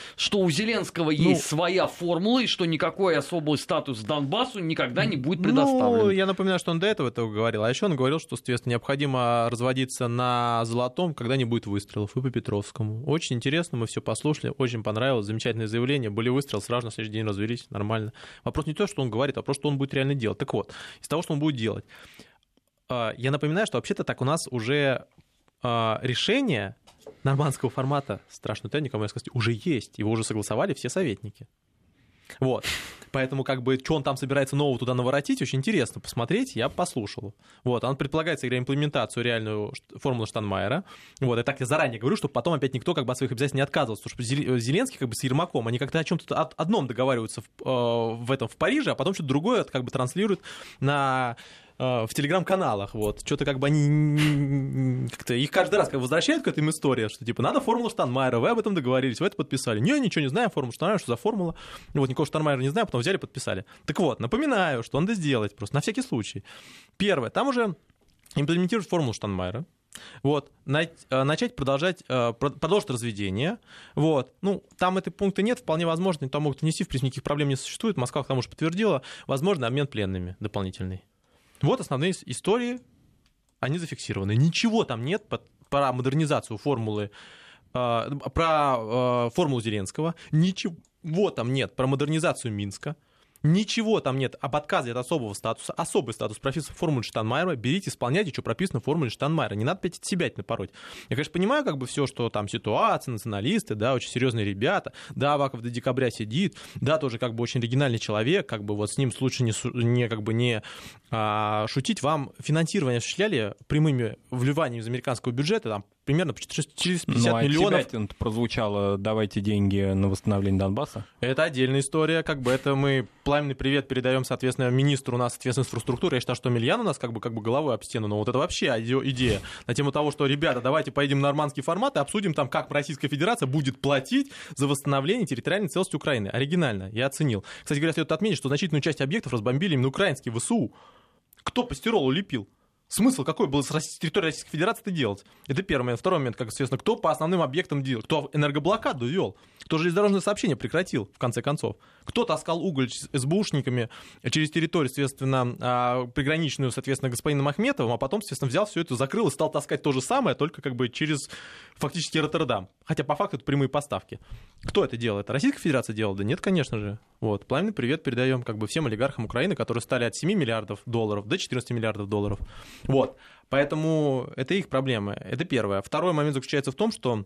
что у Зеленского есть своя формула, и что никакой особый статус Донбассу никогда не будет предоставлен. Ну, я напоминаю, что он до этого говорил. А еще он говорил, что, соответственно, необходимо разводиться на Золотом, когда не будет выстрелов, и по Петровскому. Очень интересно, мы все послушали, очень понравилось, замечательное заявление. Были выстрелы, сразу на следующий день развелись, нормально. Вопрос не то, что он говорит, а вопрос, что он будет реально делать. Так вот, из того, что он будет делать. Я напоминаю, что вообще-то так у нас уже решение нормандского формата, страшно это никому не сказать, уже есть. Его уже согласовали все советники. Вот. Поэтому, как бы, что он там собирается нового туда наворотить, очень интересно посмотреть, я послушал. Вот, он предполагается имплементацию реальную формулы Штайнмайера. Вот, и так я заранее говорю, чтобы потом опять никто как бы от своих обязательств не отказывался, потому что Зеленский как бы с Ермаком, они как-то о чем-то одном договариваются в Париже, а потом что-то другое как бы транслируют в телеграм-каналах, вот, что-то как бы они как-то их каждый раз как бы возвращают к этой истории, что типа надо формулу Штайнмайера, вы об этом договорились, вы это подписали. Не, ничего не знаю, формулу Штайнмайера, что за формула, вот, никакого Штайнмайера не знаю, потом взяли, подписали. Так вот, напоминаю, что надо сделать просто на всякий случай. Первое, там уже имплементировать формулу Штайнмайера, вот, начать продолжить разведение, вот, ну, там этой пункта нет, вполне возможно, там могут внести, в принципе, никаких проблем не существует, Москва к тому же подтвердила, возможно, обмен пленными дополнительный. Вот основные истории, они зафиксированы. Ничего там нет про модернизацию формулы, про формулу Зеленского, ничего там нет про модернизацию Минска, ничего там нет об отказе от особого статуса. Особый статус прописан в формуле Штайнмайера. Берите, исполняйте, что прописано в формуле Штайнмайера. Не надо опять себя напороть. Я, конечно, понимаю, как бы все, что там ситуация, националисты, да, очень серьезные ребята, да, Аваков до декабря сидит, да, тоже как бы очень оригинальный человек, как бы вот с ним лучше не шутить. Вам финансирование осуществляли прямыми вливаниями из американского бюджета, там, примерно через 50 миллионов. Ну, прозвучало «давайте деньги на восстановление Донбасса». Это отдельная история, как бы это мы пламенный привет передаем, соответственно, министру у нас, соответственно, инфраструктуры. Я считаю, что Мильян у нас как бы головой об стену, но вот это вообще идея на тему того, что, ребята, давайте поедем в нормандский формат и обсудим там, как Российская Федерация будет платить за восстановление территориальной целостности Украины. Оригинально, я оценил. Кстати говоря, следует отметить, что значительную часть объектов разбомбили именно украинские ВСУ. Кто по стиролу лепил? Смысл какой был с территории Российской Федерации это делать? Это первый момент. Второй момент, как известно, кто по основным объектам делал? Кто энергоблокаду вел? Кто железнодорожное сообщение прекратил, в конце концов? Кто таскал уголь с СБУшниками через территорию, соответственно, приграничную, соответственно, господином Ахметовым, а потом, соответственно, взял все это, закрыл и стал таскать то же самое, только как бы через фактически Роттердам. Хотя по факту это прямые поставки. Кто это делал? Это Российская Федерация делала? Да нет, конечно же. Вот. Пламенный привет передаем как бы всем олигархам Украины, которые стали от 7 миллиардов долларов до 14 миллиардов долларов. Вот. Поэтому это их проблемы. Это первое. Второй момент заключается в том, что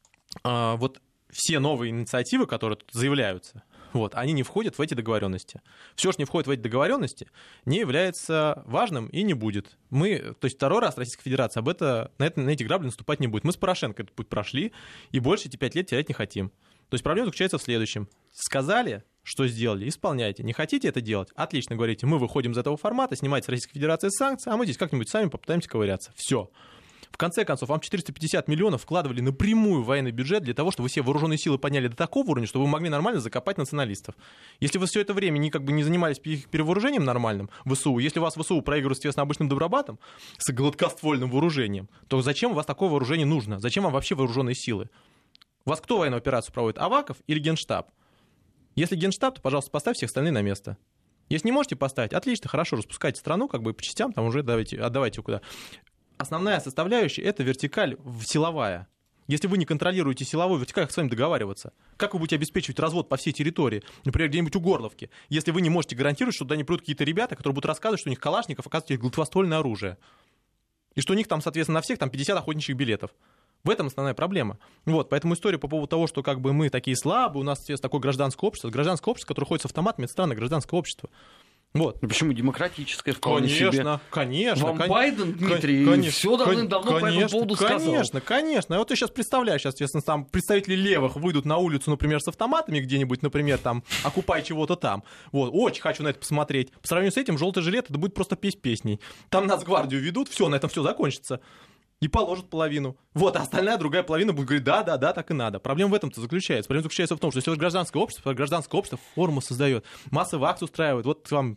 вот все новые инициативы, которые тут заявляются, вот, они не входят в эти договоренности. Все, что не входит в эти договоренности, не является важным и не будет. То есть второй раз Российская Федерация на эти грабли наступать не будет. Мы с Порошенко этот путь прошли, и больше эти 5 лет терять не хотим. То есть проблема заключается в следующем. Сказали, что сделали, исполняйте. Не хотите это делать? Отлично, говорите, мы выходим из этого формата, снимайте с Российской Федерации санкции, а мы здесь как-нибудь сами попытаемся ковыряться. Все. В конце концов, вам 450 миллионов вкладывали напрямую в военный бюджет для того, чтобы вы все вооруженные силы подняли до такого уровня, чтобы вы могли нормально закопать националистов. Если вы все это время не занимались их перевооружением нормальным, ВСУ, если у вас ВСУ проигрывают, соответственно, обычным добробатом с гладкоствольным вооружением, то зачем у вас такое вооружение нужно? Зачем вам вообще вооруженные силы? У вас кто военную операцию проводит, Аваков или Генштаб? Если Генштаб, то, пожалуйста, поставьте всех остальных на место. Если не можете поставить, отлично, хорошо, распускайте страну, как бы по частям, там уже отдавайте куда. Основная составляющая — это вертикаль силовая. Если вы не контролируете силовую вертикаль, как с вами договариваться? Как вы будете обеспечивать развод по всей территории, например, где-нибудь у Горловки, если вы не можете гарантировать, что туда не придут какие-то ребята, которые будут рассказывать, что у них калашников, оказывается, у них гладкоствольное оружие. И что у них там, соответственно, на всех там 50 охотничьих билетов. В этом основная проблема. Вот, поэтому история по поводу того, что как бы мы такие слабые, у нас есть такое гражданское общество, которое ходит с автоматами, это странное гражданское общество. Вот. Почему демократическое вполне себе? Конечно. Вам Байден, Дмитрий, все давным-давно по этому поводу сказал. Конечно. Вот ты сейчас представляешь, соответственно, там представители левых выйдут на улицу, например, с автоматами где-нибудь, например, там, окупай чего-то там. Вот, очень хочу на это посмотреть. По сравнению с этим, желтый жилет, это будет просто петь песней. Там Нацгвардию ведут, все, на этом все закончится. И положат половину. Вот, а остальная другая половина будет говорить, да, так и надо. Проблема в этом-то заключается. Проблема заключается в том, что если гражданское общество форму создает, массовый акт устраивает, вот вам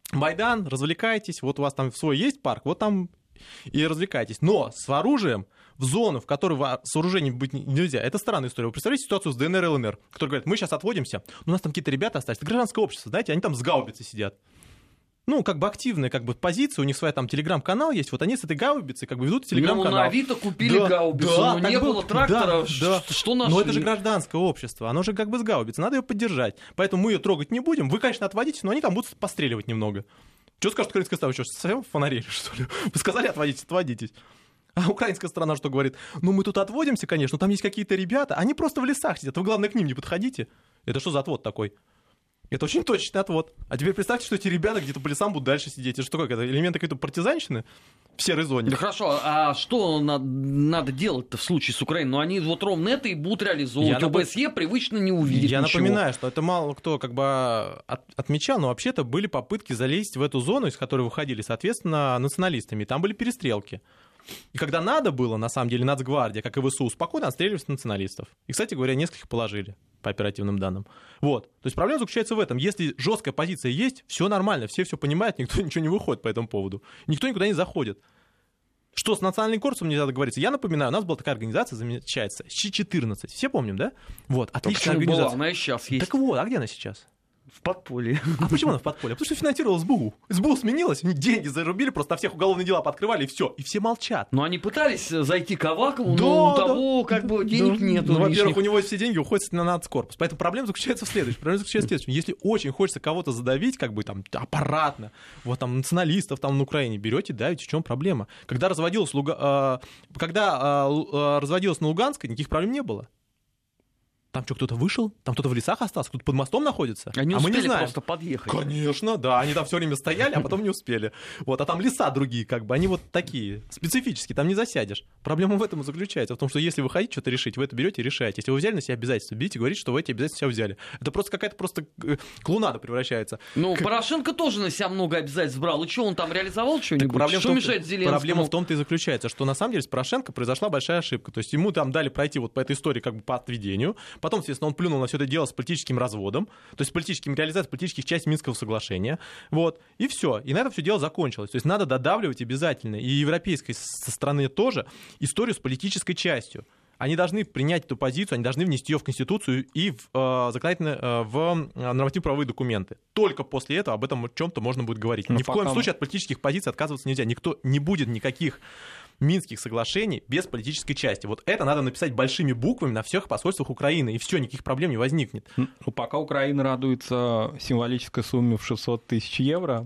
Майдан, развлекайтесь, вот у вас там свой есть парк, вот там и развлекайтесь. Но с оружием в зону, в которой сооружений быть нельзя. Это странная история. Вы представляете ситуацию с ДНР и ЛНР, которые говорят, мы сейчас отводимся, но у нас там какие-то ребята остались. Это гражданское общество, знаете, они там с гаубицей сидят. Ну, как бы активная как бы позиция, у них своя там телеграм-канал есть, вот они с этой гаубицей как бы ведут телеграм-канал. Ну, на Авито купили гаубицу, но не было тракторов, что нашли? Но это же гражданское общество, оно же как бы с гаубицей, надо ее поддержать. Поэтому мы ее трогать не будем, вы, конечно, отводите, но они там будут постреливать немного. Что скажет украинская сторона, что совсем фонарили, что ли? Вы сказали отводитесь, отводитесь. А украинская сторона что говорит? Ну, мы тут отводимся, конечно, но там есть какие-то ребята, они просто в лесах сидят, вы, главное, к ним не подходите. Это что за отвод такой? Это очень точный отвод. А теперь представьте, что эти ребята где-то по лесам будут дальше сидеть. Это что, как это, элементы какой-то партизанщины в серой зоне? Да хорошо, а что надо делать-то в случае с Украиной? Ну, они вот ровно это и будут реализовывать. ОБСЕ привычно не увидит Я ничего. напоминаю, что это мало кто как бы отмечал, но вообще-то были попытки залезть в эту зону, из которой выходили, соответственно, националистами. Там были перестрелки. И когда надо было, на самом деле, Нацгвардия, как и ВСУ, спокойно отстреливались националистов. И, кстати говоря, нескольких положили, по оперативным данным. Вот. То есть проблема заключается в этом. Если жесткая позиция есть, все нормально, все понимают, никто ничего не выходит по этому поводу. Никто никуда не заходит. Что с национальным корпусом нельзя договориться? Я напоминаю, у нас была такая организация, замечается, Щ-14. Все помним, да? Вот, отличная организация. Была, она и сейчас есть. Так вот, а где она сейчас? В подполье. А почему она в подполье? Потому что финансировала СБУ. СБУ сменилась, деньги зарубили, просто на всех уголовные дела пооткрывали, и все. И все молчат. Но они пытались зайти к Авакову, но у того как бы денег нет. Ну, во-первых, у него все деньги уходят на нацкорпус. Поэтому проблема заключается в следующем. Проблема заключается в следующем. Если очень хочется кого-то задавить, как бы там аппаратно, вот там националистов там на Украине, берете, давите, в чем проблема? Когда разводилась на Луганской, никаких проблем не было. Там что, кто-то вышел? Там кто-то в лесах остался? Кто-то под мостом находится? Они а мы не успели знаем. просто подъехать. Конечно, да. Они там все время стояли, а потом не успели. Вот. А там леса другие, как бы. Они вот такие, специфические, там не засядешь. Проблема в этом и заключается. В том, что если вы хотите что-то решить, вы это берете и решаете. Если вы взяли на себя обязательства, берите и говорите, что вы эти обязательства себя взяли. Это просто какая-то просто клоунада превращается. Ну, Порошенко тоже на себя много обязательств брал. И что, он там реализовал что-нибудь? Что мешает Зеленскому? Проблема в том-то и заключается, что на самом деле с Порошенко произошла большая ошибка. То есть ему там дали пройти вот по этой истории как бы по отведению. Потом, естественно, он плюнул на все это дело с политическим разводом, то есть с политическим реализацией политических частей Минского соглашения. Вот. И все. И на этом все дело закончилось. То есть надо додавливать обязательно, и европейской со стороны тоже, историю с политической частью. Они должны принять эту позицию, они должны внести ее в Конституцию и в нормативно-правовые документы. Только после этого об этом о чем-то можно будет говорить. Ни в коем случае от политических позиций отказываться нельзя. Никто не будет никаких Минских соглашений без политической части. Вот это надо написать большими буквами на всех посольствах Украины, и все, никаких проблем не возникнет. Ну, пока Украина радуется символической сумме в 600 тысяч евро,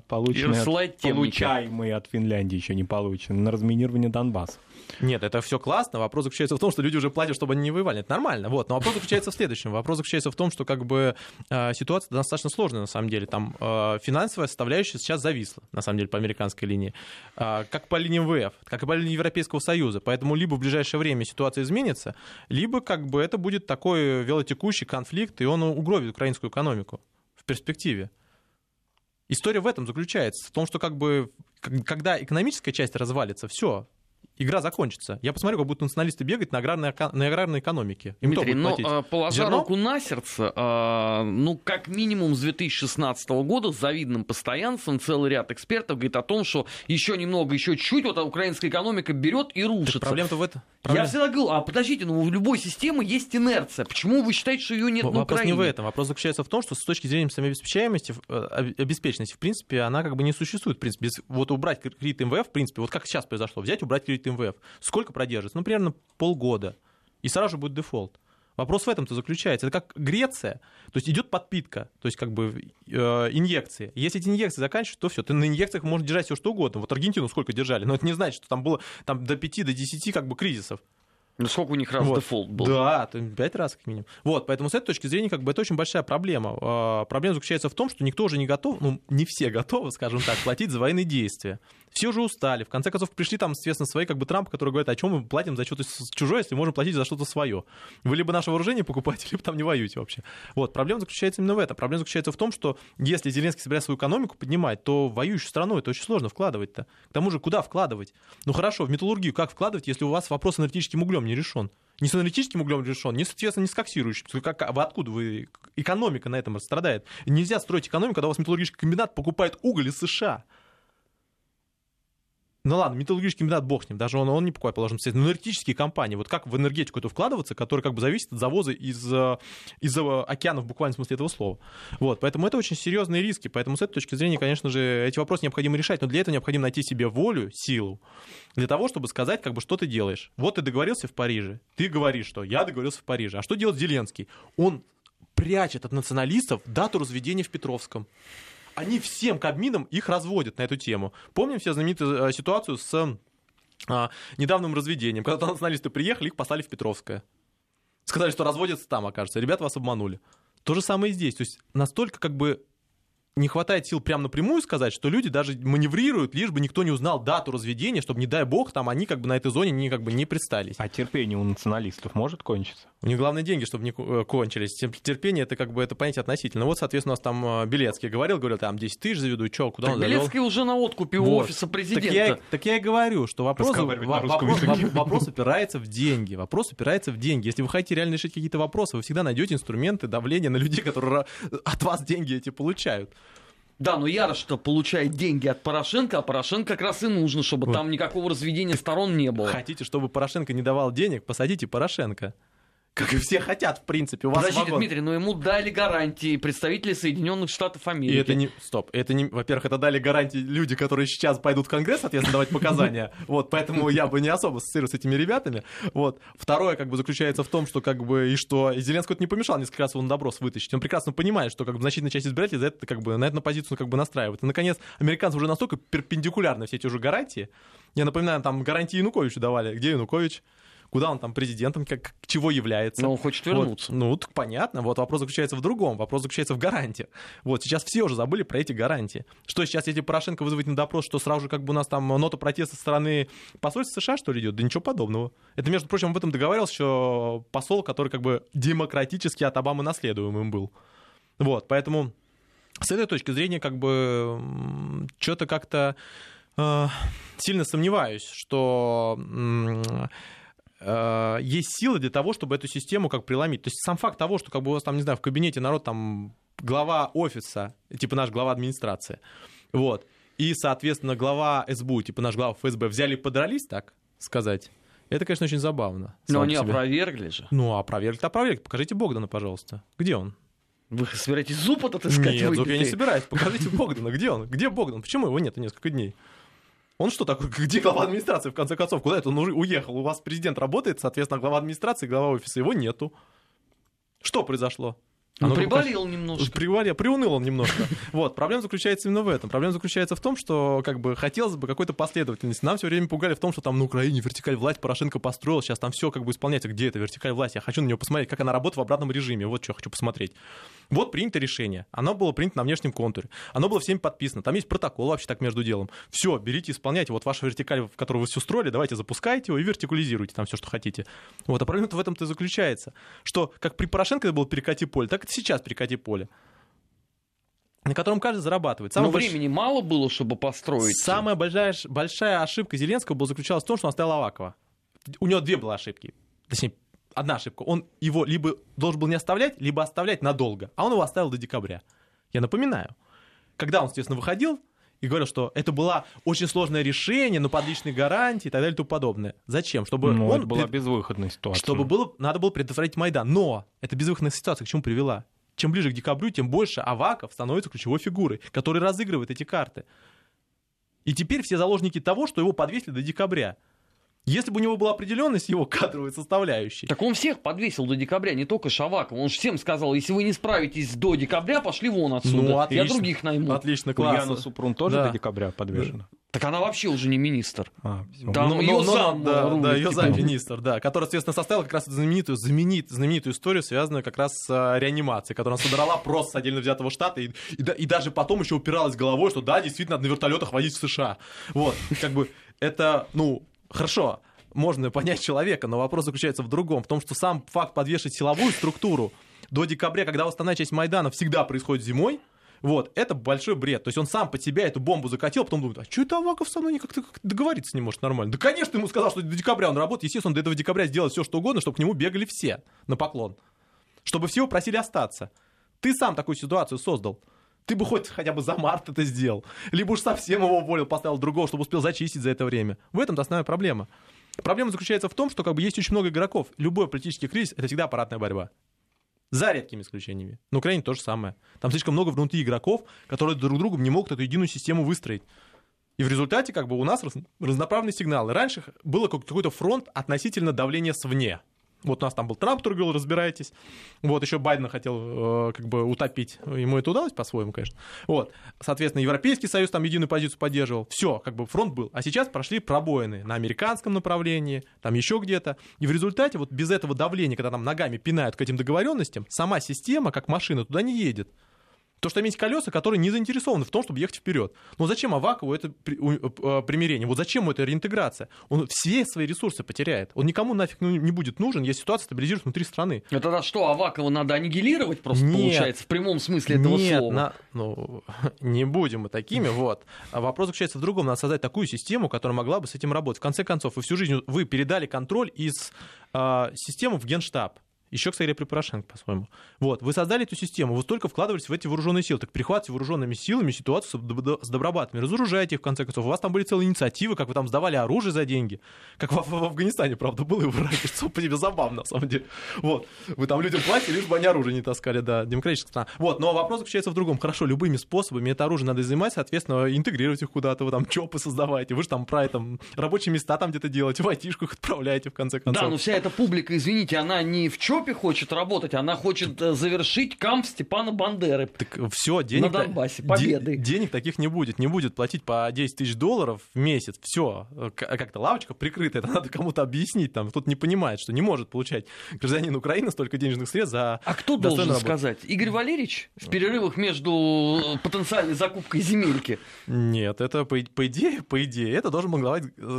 получаемые от Финляндии, еще не полученные, на разминирование Донбасса. Нет, это все классно. Вопрос заключается в том, что люди уже платят, чтобы они не воевали. Это нормально. Вот. Но вопрос заключается в следующем. Вопрос заключается в том, что как бы ситуация достаточно сложная, на самом деле. Там финансовая составляющая сейчас зависла, на самом деле, по американской линии. Как по линии МВФ, как и по линии Европейского Союза. Поэтому либо в ближайшее время ситуация изменится, либо как бы это будет такой велотекущий конфликт, и он угробит украинскую экономику в перспективе. История в этом заключается. В том, что как бы, когда экономическая часть развалится, все. Игра закончится. Я посмотрю, как будут националисты бегать на аграрной экономике. Им Дмитрий, но положа руку на сердце, как минимум с 2016 года с завидным постоянством целый ряд экспертов говорит о том, что еще немного, еще чуть-чуть, вот украинская экономика берет и рушится. Проблема-то в этом. Я всегда говорил, подождите, в любой системе есть инерция. Почему вы считаете, что ее нет на Украине? Вопрос не в этом. Вопрос заключается в том, что с точки зрения самообеспечаемости, обеспеченности, в принципе, она как бы не существует. В принципе, вот убрать кредит МВФ, в принципе, вот как сейчас произошло, взять, убрать кредит МВФ. Сколько продержится? Примерно полгода. И сразу же будет дефолт. Вопрос в этом-то заключается. Это как Греция, то есть идет подпитка, то есть как бы инъекции. Если эти инъекции заканчиваются, то все. Ты на инъекциях можно держать все что угодно. Вот Аргентину сколько держали, но это не значит, что там было до 5, до 10 как бы кризисов. Ну сколько у них раз дефолт был? Да, 5 раз как минимум. Вот, поэтому с этой точки зрения как бы это очень большая проблема. Проблема заключается в том, что никто уже не готов, не все готовы, скажем так, платить за военные действия. Все уже устали. В конце концов, пришли там, естественно, свои как бы Трампы, которые говорят, о чем мы платим за что-то чужое, если можем платить за что-то свое. Вы либо наше вооружение покупаете, либо там не воюете вообще. Вот, проблема заключается именно в этом. Проблема заключается в том, что если Зеленский собирается свою экономику поднимать, то в воюющую страну это очень сложно вкладывать-то. К тому же, куда вкладывать? Ну хорошо, в металлургию как вкладывать, если у вас вопрос с энергетическим углем не решен? Ни с аналитическим углем решен, ни, соответственно, не с коксирующим. Откуда вы? Экономика на этом страдает. Нельзя строить экономику, когда у вас металлургический комбинат покупает уголь из США. Ну ладно, металлургический комбинат, бог с ним, даже он не покупает положенным средством. Но энергетические компании, вот как в энергетику эту вкладываться, которая как бы зависит от завоза из океанов, в буквальном смысле этого слова. Вот, поэтому это очень серьезные риски, поэтому с этой точки зрения, конечно же, эти вопросы необходимо решать, но для этого необходимо найти себе волю, силу, для того, чтобы сказать, как бы, что ты делаешь. Вот ты договорился в Париже, ты говоришь, что я договорился в Париже. А что делает Зеленский? Он прячет от националистов дату разведения в Петровском. Они всем Кабминам их разводят на эту тему. Помним все знаменитую ситуацию с недавним разведением. Когда националисты приехали, их послали в Петровское. Сказали, что разводятся там, окажется. Ребята вас обманули. То же самое и здесь. То есть настолько как бы не хватает сил прямо напрямую сказать, что люди даже маневрируют, лишь бы никто не узнал дату разведения, чтобы, не дай бог, там они как бы на этой зоне не предстались. А терпение у националистов может кончиться? У них главное деньги, чтобы не кончились. Терпение — это как бы это понятие относительно. Вот, соответственно, у нас там Белецкий говорил, там 10 тысяч заведу, что, куда он завел? Белецкий уже на откупе у офиса президента. Так я и говорю, что вопрос упирается в деньги. Вопрос упирается в деньги. Если вы хотите реально решить какие-то вопросы, вы всегда найдете инструменты давления на людей, которые от вас деньги эти получают. Да, но Ярош что получает деньги от Порошенко, а Порошенко как раз и нужно, чтобы там никакого разведения сторон не было. Хотите, чтобы Порошенко не давал денег, посадите Порошенко. Как и все хотят, в принципе. У вас Подождите, Дмитрий, но ему дали гарантии представители Соединенных Штатов Америки. И это не... Стоп, это не... Во-первых, это дали гарантии люди, которые сейчас пойдут в Конгресс, соответственно, давать показания. Вот, поэтому я бы не особо ассоциировал с этими ребятами. Вот. Второе, как бы, заключается в том, что, как бы, и что Зеленскому это не помешало несколько раз его на доброс вытащить. Он прекрасно понимает, что, как бы, значительная часть избирателей за это, как бы, на эту позицию, как бы, настраивает. И, наконец, американцы уже настолько перпендикулярны все эти уже гарантии. Я напоминаю, там гарантии Януковичу давали. Где Янукович? Куда он там президентом, чего является. Но он хочет вернуться. Вот, ну, так понятно. Вот вопрос заключается в другом. Вопрос заключается в гарантиях. Вот сейчас все уже забыли про эти гарантии. Что сейчас, если Порошенко вызовет на допрос, что сразу же как бы у нас там нота протеста со стороны посольства США, что ли, идет? Да ничего подобного. Это, между прочим, об этом договаривался еще посол, который как бы демократически от Обамы наследуемым был. Вот, поэтому с этой точки зрения как бы что-то как-то сильно сомневаюсь, что... есть силы для того, чтобы эту систему как преломить. То есть сам факт того, что как бы у вас там, не знаю, в кабинете народ там глава офиса, типа наш глава администрации, вот, и, соответственно, глава СБУ, типа наш глава ФСБ, взяли и подрались, так сказать, это, конечно, очень забавно. Но они опровергли же. Ну, опровергли. Покажите Богдана, пожалуйста. Где он? Вы собираетесь зуб отыскать? Нет, зуб я не собираюсь. Покажите Богдана. Где он? Где Богдан? Почему его нет несколько дней? Он что такой? Где глава администрации, в конце концов? Куда это он уехал? У вас президент работает, соответственно, глава администрации, глава офиса, его нету. Что произошло? Он приболел немножко. Приуныл он немножко. Вот, проблема заключается именно в этом. Проблема заключается в том, что как бы хотелось бы какой-то последовательности. Нам все время пугали в том, что там на Украине вертикаль власти Порошенко построил, сейчас там все как бы исполняется. Где эта вертикаль власти? Я хочу на нее посмотреть, как она работает в обратном режиме. Вот что я хочу посмотреть. Вот принято решение. Оно было принято на внешнем контуре. Оно было всеми подписано. Там есть протокол вообще так между делом. Все, берите, исполняйте. Вот ваша вертикаль, в которую вы все строили, давайте запускайте его и вертикализируйте там все, что хотите. Вот, а проблема в этом-то и заключается, что как при Порошенко это было перекати поле, так и сейчас перекати поле, на котором каждый зарабатывает. Но времени мало было, чтобы построить. Самая большая ошибка Зеленского была заключалась в том, что он оставил Авакова. У него две было ошибки. Точнее, одна ошибка. Он его либо должен был не оставлять, либо оставлять надолго. А он его оставил до декабря. Я напоминаю. Когда он, естественно, выходил и говорил, что это было очень сложное решение, но под личной гарантией и так далее и тому подобное. Зачем? Чтобы это была безвыходная ситуация. Чтобы надо было предотвратить Майдан. Но эта безвыходная ситуация к чему привела? Чем ближе к декабрю, тем больше Аваков становится ключевой фигурой, который разыгрывает эти карты. И теперь все заложники того, что его подвесили до декабря. Если бы у него была определенность его кадровой составляющей. Так он всех подвесил до декабря, не только Шавакова. Он же всем сказал, если вы не справитесь до декабря, пошли вон отсюда. Ну, отлично, я других найму. Отлично, классно. Яна Супрун тоже до декабря подвешена? Так она вообще уже не министр. Там ее зам. Да, ее замминистр, да. Который, соответственно, составил как раз эту знаменитую историю, связанную как раз с реанимацией, которую она содрала просто с отдельно взятого штата. И даже потом еще упиралась головой, что да, действительно, надо на вертолетах возить в США. Вот, как бы это, хорошо, можно понять человека, но вопрос заключается в другом, в том, что сам факт подвешивать силовую структуру до декабря, когда основная часть Майдана всегда происходит зимой, вот, это большой бред. То есть он сам под себя эту бомбу закатил, а потом думает, а что это Аваков со мной никак договориться не может нормально? Да, конечно, ему сказал, что до декабря он работает, естественно, он до этого декабря сделает все, что угодно, чтобы к нему бегали все на поклон, чтобы все его просили остаться. Ты сам такую ситуацию создал. Ты бы хоть хотя бы за март это сделал. Либо уж совсем его уволил, поставил другого, чтобы успел зачистить за это время. В этом-то основная проблема. Проблема заключается в том, что как бы есть очень много игроков. Любой политический кризис — это всегда аппаратная борьба. За редкими исключениями. На Украине то же самое. Там слишком много внутри игроков, которые друг другу не могут эту единую систему выстроить. И в результате как бы у нас разноправленные сигналы. Раньше был какой-то фронт относительно давления свне. Вот у нас там был Трамп, который говорил, разбирайтесь. Вот еще Байдена хотел как бы утопить. Ему это удалось по-своему, конечно. Вот. Соответственно, Европейский Союз там единую позицию поддерживал. Все, как бы фронт был. А сейчас прошли пробоины на американском направлении, там еще где-то. И в результате вот без этого давления, когда там ногами пинают к этим договоренностям, сама система, как машина, туда не едет. То, что там есть колеса, которые не заинтересованы в том, чтобы ехать вперед. Но зачем Авакову это примирение? Вот зачем ему эта реинтеграция? Он все свои ресурсы потеряет. Он никому нафиг не будет нужен, если ситуация стабилизируется внутри страны. А тогда что, Авакова надо аннигилировать просто, получается, в прямом смысле этого слова? Не будем мы такими, вот. А вопрос заключается в другом. Надо создать такую систему, которая могла бы с этим работать. В конце концов, вы всю жизнь передали контроль из системы в Генштаб. Еще, кстати, при Порошенко, по-своему. Вот, вы создали эту систему, вы столько вкладывались в эти вооруженные силы, так перехватывайте вооруженными силами ситуацию с добробатами, разоружайте их, в конце концов. У вас там были целые инициативы, как вы там сдавали оружие за деньги, как в Афганистане, правда, было, и в Ираке, что по себе забавно, на самом деле. Вот, вы там людям платили, лишь бы они оружие не таскали, да, демократическая страна. Вот, но вопрос заключается в другом. Хорошо, любыми способами это оружие надо изымать, соответственно, интегрировать их куда-то, вы там ЧОПы создаваете, вы же там рабочие места там где-то делаете, в айтишку их отправляете, в конце концов. Да, но вся эта публика, извините, она не в ЧОПе хочет работать, она хочет завершить камп Степана Бандеры. Так все, денег на Донбассе, победы. Денег таких не будет платить по 10 тысяч долларов в месяц, все, как-то лавочка прикрыта, это надо кому-то объяснить, там кто-то не понимает, что не может получать гражданин Украины столько денежных средств за... А кто должен сказать? Игорь Валерьевич в перерывах между потенциальной закупкой земельки? Нет, это по идее, это должен был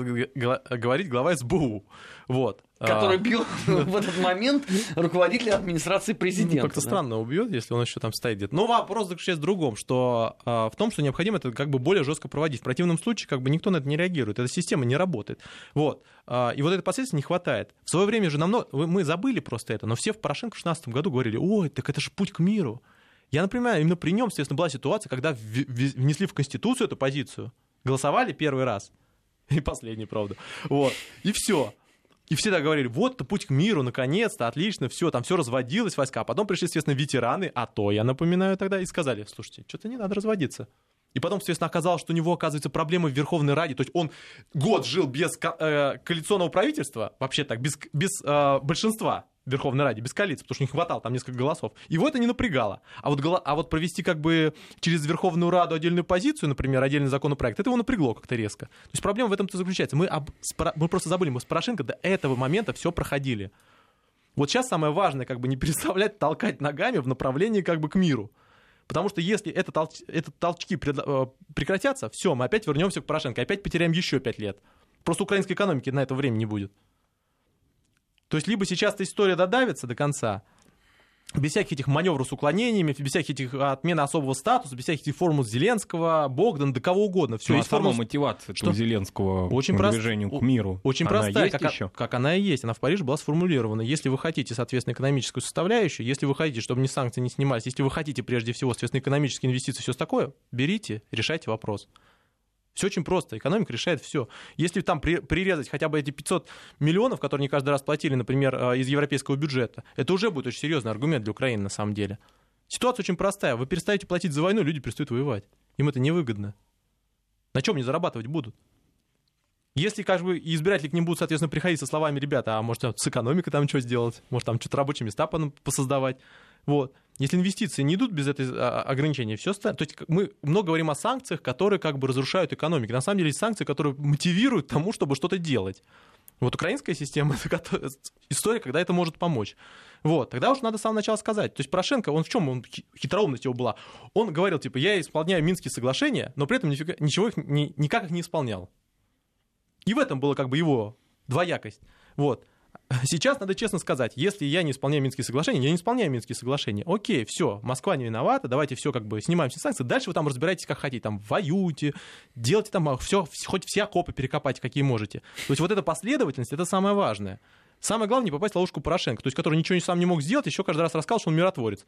говорить глава СБУ, вот. Который бьет в этот момент руководителя администрации президента. Как-то странно убьет, если он еще там стоит где-то. Но вопрос заключается в другом, что в том, что необходимо это как бы более жестко проводить. В противном случае как бы никто на это не реагирует, эта система не работает. Вот. И вот этой последствия не хватает. В свое время же мы забыли просто это, но все в Порошенко в 2016 году говорили: ой, так это же путь к миру. Я напоминаю, именно при нем, естественно, была ситуация, когда внесли в Конституцию эту позицию, голосовали первый раз, и последний, правда, вот, и все. И все так говорили: вот это путь к миру, наконец-то, отлично, все, там все разводилось, войска. А потом пришли, естественно, ветераны, АТО, я напоминаю тогда, и сказали: слушайте, что-то не надо разводиться. И потом, естественно, оказалось, что у него, оказывается, проблемы в Верховной Раде. То есть он год жил без коалиционного правительства, вообще так, без большинства в Верховной Раде, без коалиции, потому что не хватало там несколько голосов. Его это не напрягало. А вот провести как бы через Верховную Раду отдельную позицию, например, отдельный законопроект, это его напрягло как-то резко. То есть проблема в этом-то заключается. Мы просто забыли, мы с Порошенко до этого момента все проходили. Вот сейчас самое важное, как бы не переставлять, толкать ногами в направлении как бы к миру. Потому что если это толчки прекратятся, все, мы опять вернемся к Порошенко, опять потеряем еще 5 лет. Просто украинской экономики на это время не будет. То есть либо сейчас эта история додавится до конца, без всяких этих маневров с уклонениями, без всяких этих отмены особого статуса, без всяких этих формул Зеленского, Богдана, да кого угодно. Все, ну, а сама мотивация у Зеленского к движению к миру, очень простая, как она и есть. Она в Париже была сформулирована. Если вы хотите, соответственно, экономическую составляющую, если вы хотите, чтобы санкции не снимались, если вы хотите, прежде всего, соответственно, экономические инвестиции, все такое, берите, решайте вопрос. Все очень просто, экономика решает все. Если там прирезать хотя бы эти 500 миллионов, которые они каждый раз платили, например, из европейского бюджета, это уже будет очень серьезный аргумент для Украины на самом деле. Ситуация очень простая. Вы перестаете платить за войну, люди перестают воевать. Им это невыгодно. На чем они зарабатывать будут? Если как бы избиратели к ним будут, соответственно, приходить со словами: ребята, а может с экономикой там что сделать, может там что-то рабочие места посоздавать. Вот. Если инвестиции не идут без этой ограничения, все остальное. То есть мы много говорим о санкциях, которые как бы разрушают экономику. На самом деле есть санкции, которые мотивируют к тому, чтобы что-то делать. Вот украинская система — это история, когда это может помочь. Вот. Тогда уж надо с самого начала сказать. То есть Порошенко, он в чем хитроумность его была? Он говорил, типа: я исполняю Минские соглашения, но при этом ничего никак их не исполнял. И в этом была как бы его двоякость. Вот. Сейчас надо честно сказать: если я не исполняю Минские соглашения, я не исполняю Минские соглашения. Окей, все, Москва не виновата, давайте все как бы снимаем все санкции, дальше вы там разбирайтесь как хотите, там воюйте, делайте там все, хоть все окопы перекопайте, какие можете. То есть вот эта последовательность — это самое важное. Самое главное — не попасть в ловушку Порошенко, то есть который ничего сам не мог сделать, еще каждый раз рассказал, что он миротворец.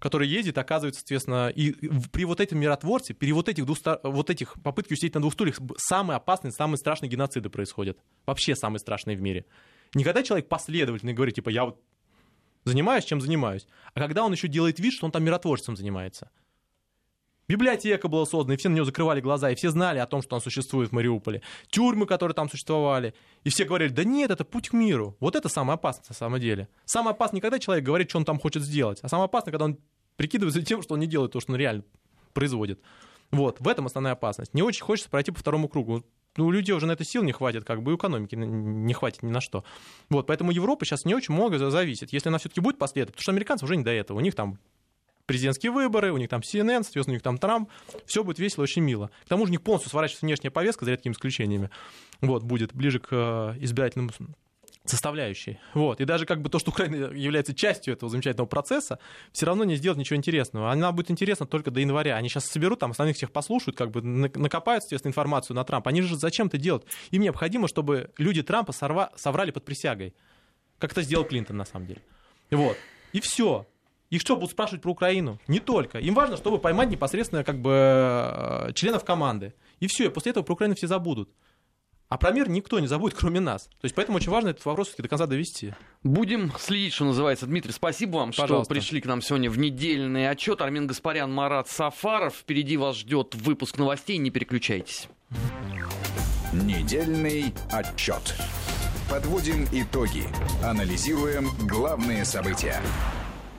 который ездит, оказывается, соответственно, и при вот этом миротворце, при вот этих попытках усидеть на двух стульях, самые опасные, самые страшные геноциды происходят. Вообще самые страшные в мире. Не когда человек последовательный говорит, типа, я вот занимаюсь, чем занимаюсь, а когда он еще делает вид, что он там миротворцем занимается. Библиотека была создана, и все на нее закрывали глаза, и все знали о том, что он существует в Мариуполе. Тюрьмы, которые там существовали. И все говорили, да нет, это путь к миру. Вот это самое опасное на самом деле. Самое опасное не когда человек говорит, что он там хочет сделать, а самое опасное, когда он прикидывается тем, что он не делает то, что он реально производит. Вот, в этом основная опасность. Не очень хочется пройти по второму кругу. Ну, у людей уже на это сил не хватит, как бы и экономики не хватит ни на что. Вот, поэтому Европа сейчас не очень много зависит, если она все-таки будет последовать, потому что американцам уже не до этого. У них там президентские выборы, у них там CNN, соответственно, у них там Трамп, все будет весело, очень мило. К тому же у них полностью сворачивается внешняя повестка, за редкими исключениями. Вот, будет ближе к избирательным составляющей. Вот. И даже как бы то, что Украина является частью этого замечательного процесса, все равно не сделает ничего интересного. Она будет интересна только до января. Они сейчас соберут, там остальных всех послушают, как бы накопают, естественно, информацию на Трампа. Они же зачем это делают? Им необходимо, чтобы люди Трампа соврали под присягой. Как это сделал Клинтон, на самом деле. Вот. И все. Их что, будут спрашивать про Украину? Не только. Им важно, чтобы поймать непосредственно как бы членов команды. И все. И после этого про Украину все забудут. А про мир никто не забудет, кроме нас. То есть поэтому очень важно этот вопрос до конца довести. Будем следить, что называется. Дмитрий, спасибо вам, что пришли к нам сегодня в недельный отчет. Армен Гаспарян, Марат Сафаров. Впереди вас ждет выпуск новостей. Не переключайтесь. Недельный отчет. Подводим итоги. Анализируем главные события.